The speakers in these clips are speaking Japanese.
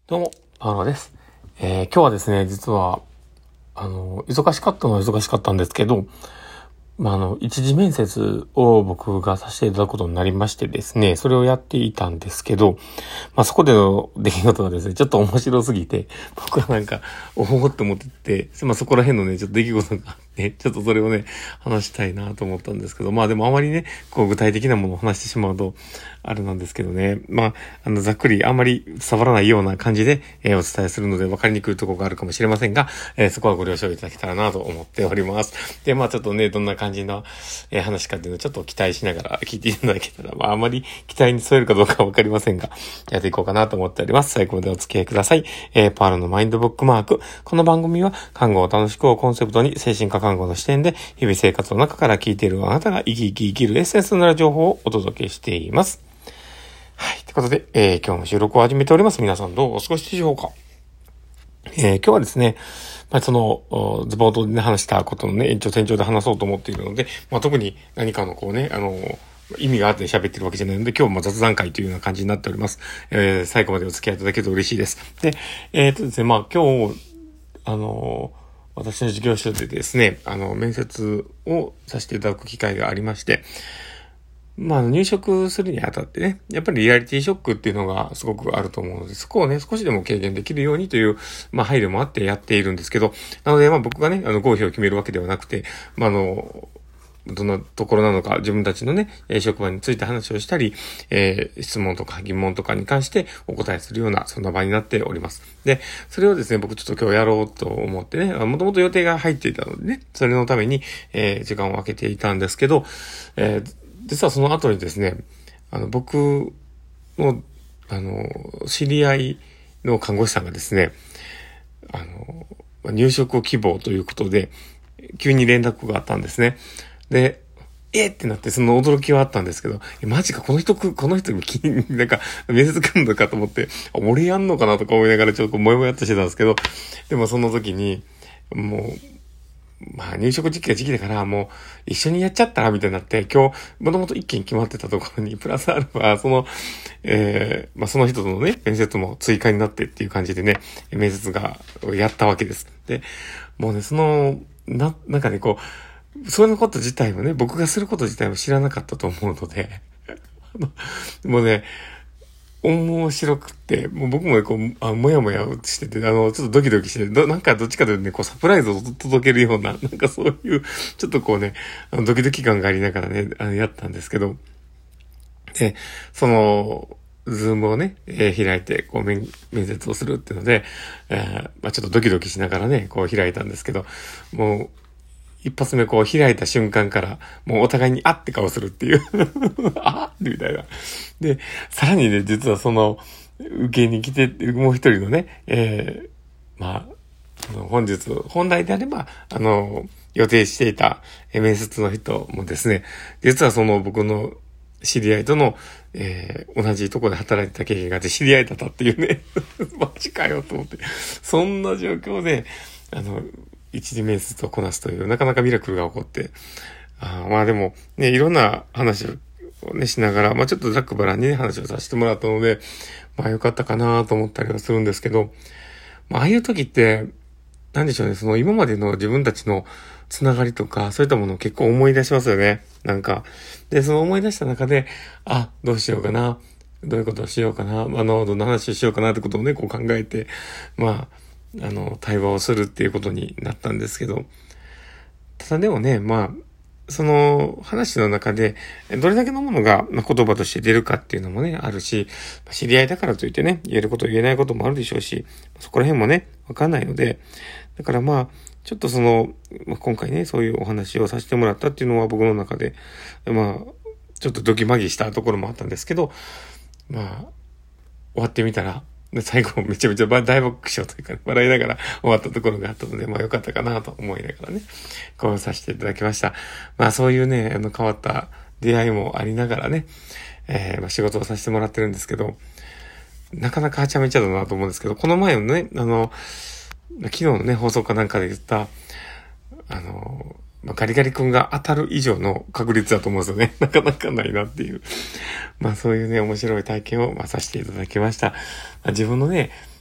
どうも、パウロです。今日はですね、実は、忙しかったのは忙しかったんですけど、一次面接を僕がさせていただくことになりましてですね、それをやっていたんですけど、そこでの出来事がですね、ちょっと面白すぎて、僕はおほほって思ってて、そこら辺のね、ちょっと出来事があって、ちょっとそれをね、話したいなと思ったんですけど、でもあまりね、具体的なものを話してしまうと、あれなんですけどね、ざっくりあんまり伝わらないような感じで、お伝えするので分かりにくいところがあるかもしれませんが、そこはご了承いただけたらなと思っております。で、ちょっとね、どんな感じの、話かっていうのをちょっと期待しながら聞いていただけたら、あまり期待に添えるかどうかは分かりませんが、やっていこうかなと思っております。最後までお付き合いください。パールのマインドブックマーク。この番組は、看護を楽しくをコンセプトに、精神科看護の視点で、日々生活の中から聞いているあなたが生きるエッセンスのなる情報をお届けしています。はい。ということで、今日の収録を始めております。皆さんどうお過ごしでしょうか。今日はですね、ズボートで、ね、話したことのね、延長線上で話そうと思っているので、特に何かの意味があって喋ってるわけじゃないので、今日も雑談会というような感じになっております。最後までお付き合いいただけると嬉しいです。で、ですね、今日、私の事業所でですね、面接をさせていただく機会がありまして、入職するにあたってね、やっぱりリアリティショックっていうのがすごくあると思うので、そこをね、少しでも軽減できるようにという、配慮もあってやっているんですけど、なので、僕がね、合否を決めるわけではなくて、どんなところなのか、自分たちのね、職場について話をしたり、質問とか疑問とかに関してお答えするような、そんな場になっております。で、それをですね、僕ちょっと今日やろうと思ってね、もともと予定が入っていたのでね、それのために、時間を空けていたんですけど、実はその後にですね、僕の、知り合いの看護師さんがですね、入職を希望ということで、急に連絡があったんですね。で、ってなって、その驚きはあったんですけど、マジか、この人に面接来るのかと思って、俺やんのかなとか思いながらちょっともやもやっとしてたんですけど、でもその時に、もう、入職時期が時期だから、もう、一緒にやっちゃったらみたいになって、今日、もともと一件決まってたところに、プラスアルファ、その人とのね、面接も追加になってっていう感じでね、面接が、やったわけです。で、もうね、そのこと自体もね、僕がすること自体も知らなかったと思うので、もうね、面白くって、もう僕ももやもやしてて、ちょっとドキドキして、どっちかというとね、サプライズを届けるような、そういう、ちょっとドキドキ感がありながらね、やったんですけど、で、ズームをね、開いて、面接をするっていうので、ちょっとドキドキしながらね、開いたんですけど、もう、一発目開いた瞬間から、もうお互いにあって顔するっていうあみたいな。で、さらにね、実は受けに来て、もう一人のね、本来であれば、予定していた面接の人もですね、実は僕の知り合いとの、同じところで働いてた経験があって知り合いだったっていうね。マジかよと思って。そんな状況で、一次面接をこなすという、なかなかミラクルが起こって。でも、ね、いろんな話をね、しながら、ちょっとざっくばらんにね、話をさせてもらったので、よかったかなと思ったりはするんですけど、ああいう時って、なんでしょうね、今までの自分たちのつながりとか、そういったものを結構思い出しますよね。で、その思い出した中で、どうしようかな、どういうことをしようかな、どんな話をしようかなってことをね、考えて、対話をするっていうことになったんですけど、ただでもね、その話の中で、どれだけのものが言葉として出るかっていうのもね、あるし、知り合いだからといってね、言えること言えないこともあるでしょうし、そこら辺もね、わかんないので、だからちょっと今回ね、そういうお話をさせてもらったっていうのは僕の中で、ちょっとドキマギしたところもあったんですけど、終わってみたら、最後めちゃめちゃ大爆笑というか、笑いながら終わったところがあったので、良かったかなと思いながらね、させていただきました。そういうね、変わった出会いもありながらね、仕事をさせてもらってるんですけど、なかなかはちゃめちゃだなと思うんですけど、この前のね、昨日のね、放送かなんかで言った、ガリガリ君が当たる以上の確率だと思うんですよね。なかなかないなっていう。そういうね、面白い体験を、させていただきました。自分のね、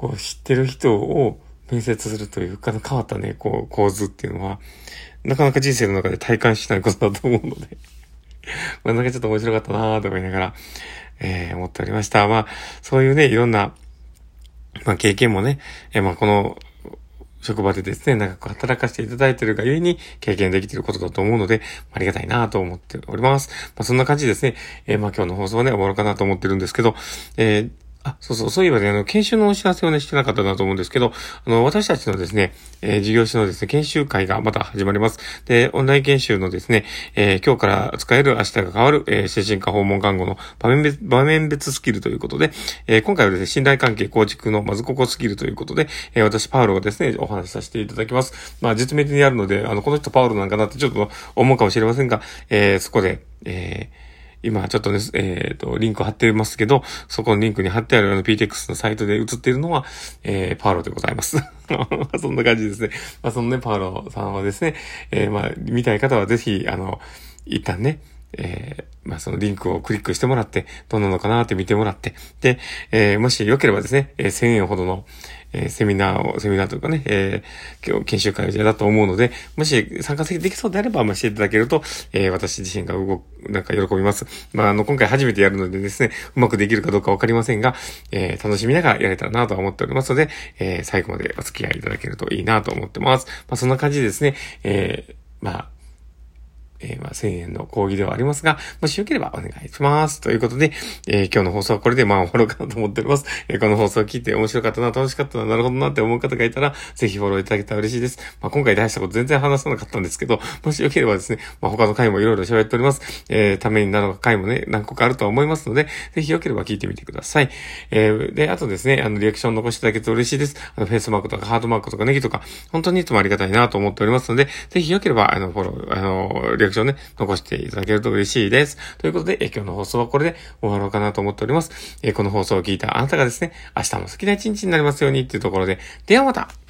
こう知ってる人を面接するという変わったね、こう構図っていうのは、なかなか人生の中で体感しないことだと思うので、まあなんかちょっと面白かったなぁと思いながら、思っておりました。まあ、そういうね、いろんな、まあ経験もね、まあこの、職場でですね、長く働かせていただいているがゆえに経験できていることだと思うので、ありがたいなと思っております。まあそんな感じですね。まあ今日の放送はね、終わろうかなと思ってるんですけど、そういえばね、研修のお知らせをね、してなかったなと思うんですけど、私たちのですね、事業所のですね、研修会がまた始まります。で、オンライン研修のですね、今日から使える明日が変わる、精神科訪問看護の場面別スキルということで、今回はですね、信頼関係構築のまずここスキルということで、私、パウロがですね、お話しさせていただきます。まあ、実名にあるので、この人パウロなんかなってちょっと思うかもしれませんが、そこで、今ちょっとね、リンク貼ってますけど、そこのリンクに貼ってあるPTX のサイトで映っているのは、パウロでございます。そんな感じですね。まあ、そのね、パウロさんはですね、まあ、見たい方はぜひ、一旦ね、まあ、そのリンクをクリックしてもらって、どんなのかなって見てもらって、で、もしよければですね、1000円ほどの、セミナーというかね、今日研修会だと思うので、もし参加できそうであれば、していただけると、私自身がなんか喜びます。まあ、今回初めてやるのでですね、うまくできるかどうかわかりませんが、楽しみながらやれたらなと思っておりますので、最後までお付き合いいただけるといいなと思ってます。まあ、そんな感じでですね、まあ、1000円の講義ではありますが、もしよければお願いします。ということで、今日の放送はこれで終わろうかなと思っております。この放送を聞いて面白かったな、楽しかったな、なるほどなって思う方がいたら、ぜひフォローいただけたら嬉しいです。まあ、今回大したこと全然話さなかったんですけど、もしよければですね、まあ、他の回もいろいろ喋っております。ためになる回もね、何個かあるとは思いますので、ぜひよければ聞いてみてください。で、あとですね、リアクション残していただけると嬉しいです。フェイスマークとかハートマークとかネギとか、本当にいつもありがたいなと思っておりますので、ぜひよければ、フォロー、リアクションね、残していただけると嬉しいです。ということで、今日の放送はこれで終わろうかなと思っております。この放送を聞いたあなたがですね、明日も好きな一日になりますようにっていうところで、ではまた